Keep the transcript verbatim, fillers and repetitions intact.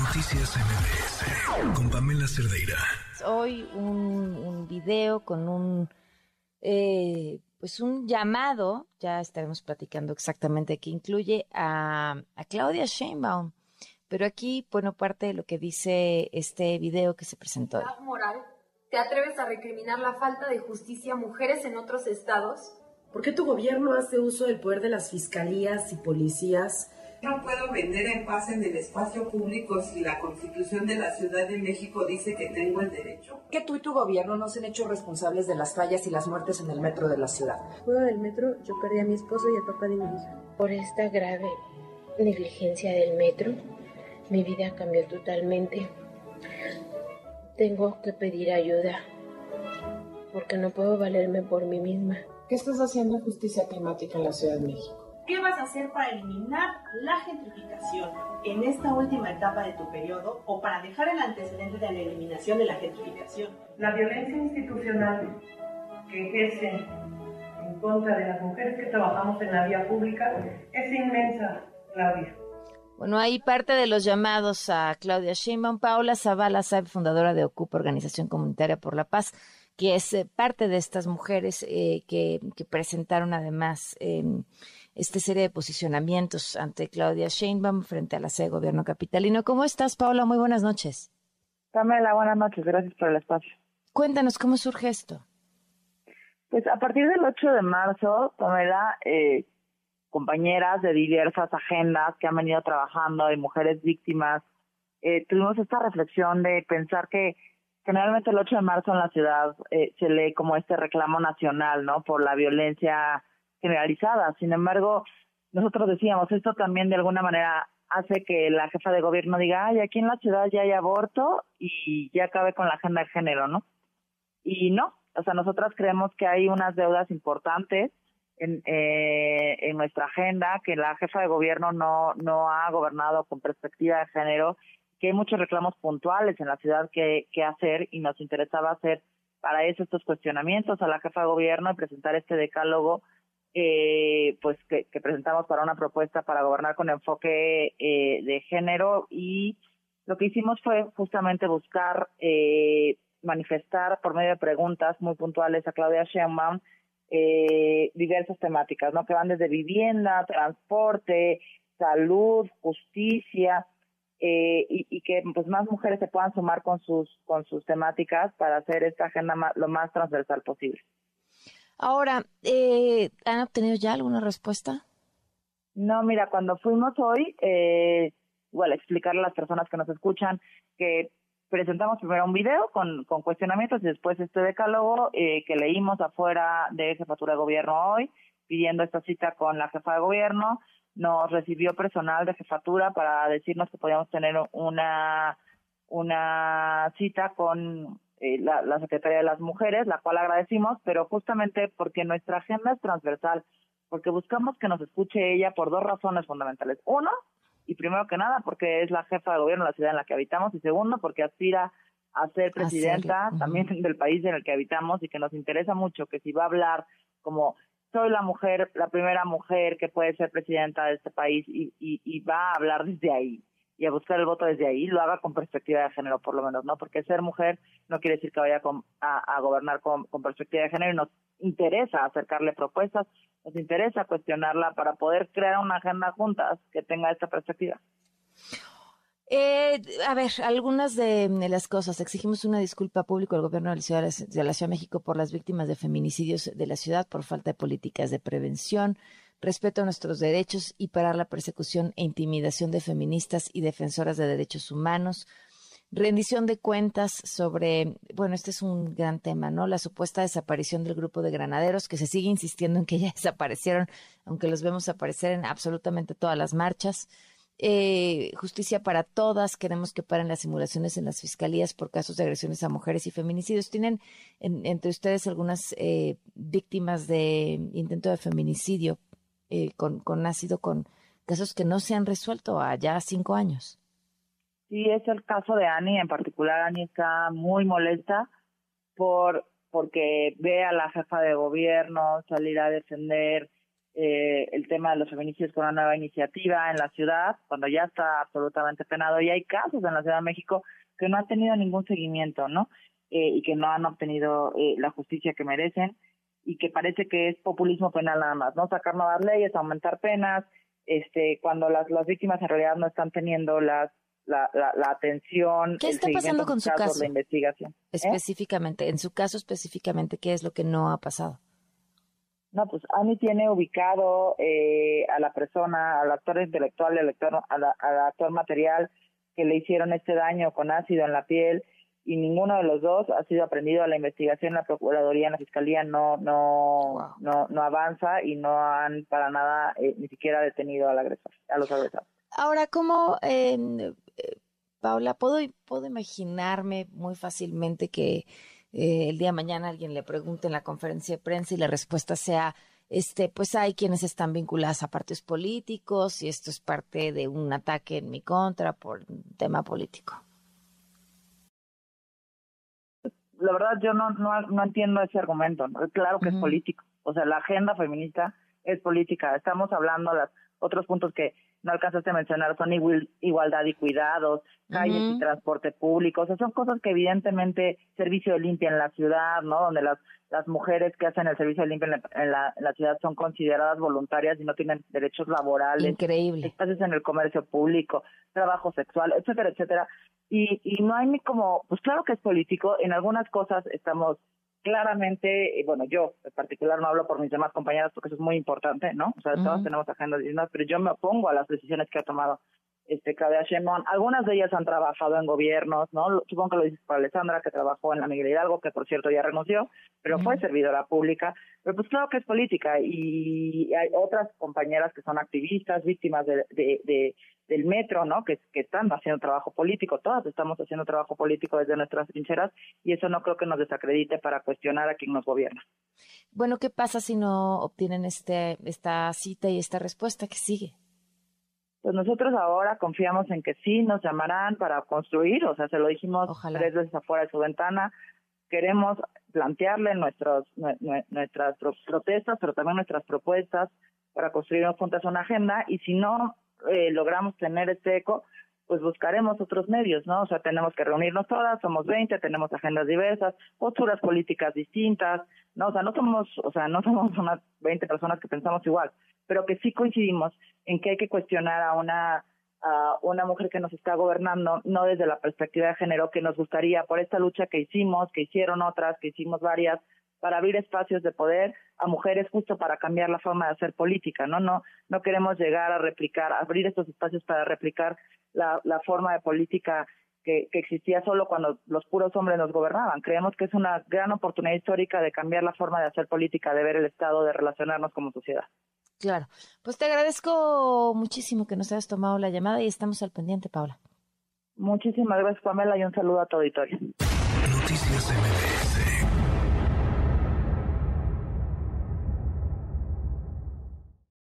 Noticias M B S con Pamela Cerdeira. Hoy un, un video con un eh, pues un llamado, ya estaremos platicando exactamente, que incluye a, a Claudia Sheinbaum. Pero aquí, bueno, parte de lo que dice este video que se presentó hoy. Moral, ¿te atreves a recriminar la falta de justicia a mujeres en otros estados? ¿Por qué tu gobierno hace uso del poder de las fiscalías y policías? No puedo vender en paz en el espacio público si la Constitución de la Ciudad de México dice que tengo el derecho. Que tú y tu gobierno no se han hecho responsables de las fallas y las muertes en el metro de la ciudad. Fuera del metro, yo perdí a mi esposo y al papá de mi hija. Por esta grave negligencia del metro, mi vida cambió totalmente. Tengo que pedir ayuda, porque no puedo valerme por mí misma. ¿Qué estás haciendo en justicia climática en la Ciudad de México? ¿Qué vas a hacer para eliminar la gentrificación en esta última etapa de tu periodo o para dejar el antecedente de la eliminación de la gentrificación? La violencia institucional que ejercen en contra de las mujeres que trabajamos en la vía pública es inmensa, Claudia. Bueno, ahí parte de los llamados a Claudia Sheinbaum. Paola Zavala Saeb, fundadora de Ocupa, Organización Comunitaria por la Paz, que es eh, parte de estas mujeres eh, que, que presentaron además eh, esta serie de posicionamientos ante Claudia Sheinbaum frente a la sede de gobierno capitalino. ¿Cómo estás, Paola? Muy buenas noches. Pamela, buenas noches. Gracias por el espacio. Cuéntanos, ¿cómo surge esto? Pues a partir del ocho de marzo, Pamela, eh, compañeras de diversas agendas que han venido trabajando y mujeres víctimas, eh, tuvimos esta reflexión de pensar que generalmente el ocho de marzo en la ciudad eh, se lee como este reclamo nacional, ¿no? Por la violencia generalizada. Sin embargo, nosotros decíamos, esto también de alguna manera hace que la jefa de gobierno diga, ay, aquí en la ciudad ya hay aborto y ya acabe con la agenda de género, ¿no? Y no, o sea, nosotras creemos que hay unas deudas importantes en, eh, en nuestra agenda, que la jefa de gobierno no, no ha gobernado con perspectiva de género, que hay muchos reclamos puntuales en la ciudad que, que hacer y nos interesaba hacer para eso estos cuestionamientos a la jefa de gobierno y presentar este decálogo eh, pues que, que presentamos para una propuesta para gobernar con enfoque eh, de género. Y lo que hicimos fue justamente buscar eh, manifestar por medio de preguntas muy puntuales a Claudia Sheinbaum eh, diversas temáticas, ¿no? Que van desde vivienda, transporte, salud, justicia, eh, y, y que pues más mujeres se puedan sumar con sus con sus temáticas para hacer esta agenda más, lo más transversal posible. Ahora, eh, ¿han obtenido ya alguna respuesta? No, mira, cuando fuimos hoy, eh, igual explicarle a las personas que nos escuchan que presentamos primero un video con, con cuestionamientos y después este decálogo eh, que leímos afuera de Jefatura de Gobierno hoy, pidiendo esta cita con la jefa de gobierno. Nos recibió personal de jefatura para decirnos que podíamos tener una, una cita con eh, la, la Secretaría de las Mujeres, la cual agradecimos, pero justamente porque nuestra agenda es transversal, porque buscamos que nos escuche ella por dos razones fundamentales. Uno, y primero que nada, porque es la jefa de gobierno de la ciudad en la que habitamos, y segundo, porque aspira a ser presidenta uh-huh. también del país en el que habitamos, y que nos interesa mucho que si va a hablar como soy la mujer, la primera mujer que puede ser presidenta de este país y, y, y va a hablar desde ahí y a buscar el voto desde ahí, lo haga con perspectiva de género por lo menos, ¿no? Porque ser mujer no quiere decir que vaya con, a, a gobernar con, con perspectiva de género, y nos interesa acercarle propuestas, nos interesa cuestionarla para poder crear una agenda juntas que tenga esta perspectiva. Eh, a ver, algunas de las cosas. Exigimos una disculpa pública al gobierno de la, ciudad, de la Ciudad de México por las víctimas de feminicidios de la ciudad por falta de políticas de prevención, respeto a nuestros derechos y parar la persecución e intimidación de feministas y defensoras de derechos humanos. Rendición de cuentas sobre, bueno, este es un gran tema, ¿no? La supuesta desaparición del grupo de granaderos, que se sigue insistiendo en que ya desaparecieron, aunque los vemos aparecer en absolutamente todas las marchas. Eh, justicia para todas, queremos que paren las simulaciones en las fiscalías por casos de agresiones a mujeres y feminicidios. ¿Tienen en, entre ustedes algunas eh, víctimas de intento de feminicidio eh, con, con nacido con casos que no se han resuelto a ya cinco años? Sí, es el caso de Ani. En particular, Ani está muy molesta por porque ve a la jefa de gobierno salir a defender eh, el tema de los feminicidios con una nueva iniciativa en la ciudad, cuando ya está absolutamente penado, y hay casos en la Ciudad de México que no han tenido ningún seguimiento, ¿no? Eh, y que no han obtenido eh, la justicia que merecen, y que parece que es populismo penal nada más, ¿no? Sacar nuevas leyes, aumentar penas, este, cuando las, las víctimas en realidad no están teniendo las La, la, la atención. ¿Qué está pasando con su caso? La investigación. ¿Eh? Específicamente, en su caso específicamente, ¿qué es lo que no ha pasado? No, pues Ani tiene ubicado eh, a la persona, al actor intelectual, al actor, a la, al actor material que le hicieron este daño con ácido en la piel, y ninguno de los dos ha sido aprendido. A la investigación, la Procuraduría, en la Fiscalía no no wow. no no avanza, y no han para nada eh, ni siquiera detenido al agresor, a los agresores. Ahora, ¿cómo, eh, eh, Paula, puedo, puedo imaginarme muy fácilmente que eh, el día de mañana alguien le pregunte en la conferencia de prensa y la respuesta sea, este, pues hay quienes están vinculadas a partidos políticos y esto es parte de un ataque en mi contra por un tema político? La verdad, yo no no, no entiendo ese argumento, ¿no? Claro que uh-huh. es político. O sea, la agenda feminista es política. Estamos hablando las otros puntos que no alcanzaste a mencionar son igual, igualdad y cuidados, calles uh-huh. y transporte público. O sea, son cosas que evidentemente, servicio de limpia en la ciudad, ¿no? Donde las las mujeres que hacen el servicio de limpia en la, en la, en la ciudad son consideradas voluntarias y no tienen derechos laborales. Increíble. Espacios en el comercio público, trabajo sexual, etcétera, etcétera. Y, y no hay ni como, pues claro que es político. En algunas cosas estamos claramente, bueno, yo en particular no hablo por mis demás compañeras porque eso es muy importante, ¿no? O sea, uh-huh. todos tenemos agendas distintas, pero yo me opongo a las decisiones que ha tomado este Claudia Sheinbaum. Algunas de ellas han trabajado en gobiernos, ¿no? Supongo que lo dices para Alessandra, que trabajó en la Miguel Hidalgo, que por cierto ya renunció, pero uh-huh. fue servidora pública. Pero pues claro que es política, y hay otras compañeras que son activistas, víctimas de, de, de del metro, ¿no? Que, que están haciendo trabajo político. Todas estamos haciendo trabajo político desde nuestras trincheras, y eso no creo que nos desacredite para cuestionar a quien nos gobierna. Bueno, ¿qué pasa si no obtienen este esta cita y esta respuesta? ¿Qué sigue? Pues nosotros ahora confiamos en que sí nos llamarán para construir, o sea, se lo dijimos Ojalá. tres veces afuera de su ventana. Queremos plantearle nuestros, nuestras protestas, pero también nuestras propuestas para construir juntas una agenda, y si no eh, logramos tener este eco, pues buscaremos otros medios, ¿no? O sea, tenemos que reunirnos todas, somos veinte, tenemos agendas diversas, posturas políticas distintas, ¿no? O sea, no somos, o sea, no somos unas veinte personas que pensamos igual, pero que sí coincidimos en que hay que cuestionar a una a una mujer que nos está gobernando, no desde la perspectiva de género, que nos gustaría por esta lucha que hicimos, que hicieron otras, que hicimos varias, para abrir espacios de poder a mujeres justo para cambiar la forma de hacer política, ¿no? No no queremos llegar a replicar, abrir estos espacios para replicar la, la forma de política que, que existía solo cuando los puros hombres nos gobernaban. Creemos que es una gran oportunidad histórica de cambiar la forma de hacer política, de ver el Estado, de relacionarnos como sociedad. Claro. Pues te agradezco muchísimo que nos hayas tomado la llamada y estamos al pendiente, Paula. Muchísimas gracias, Pamela, y un saludo a tu auditorio. Noticias M B S.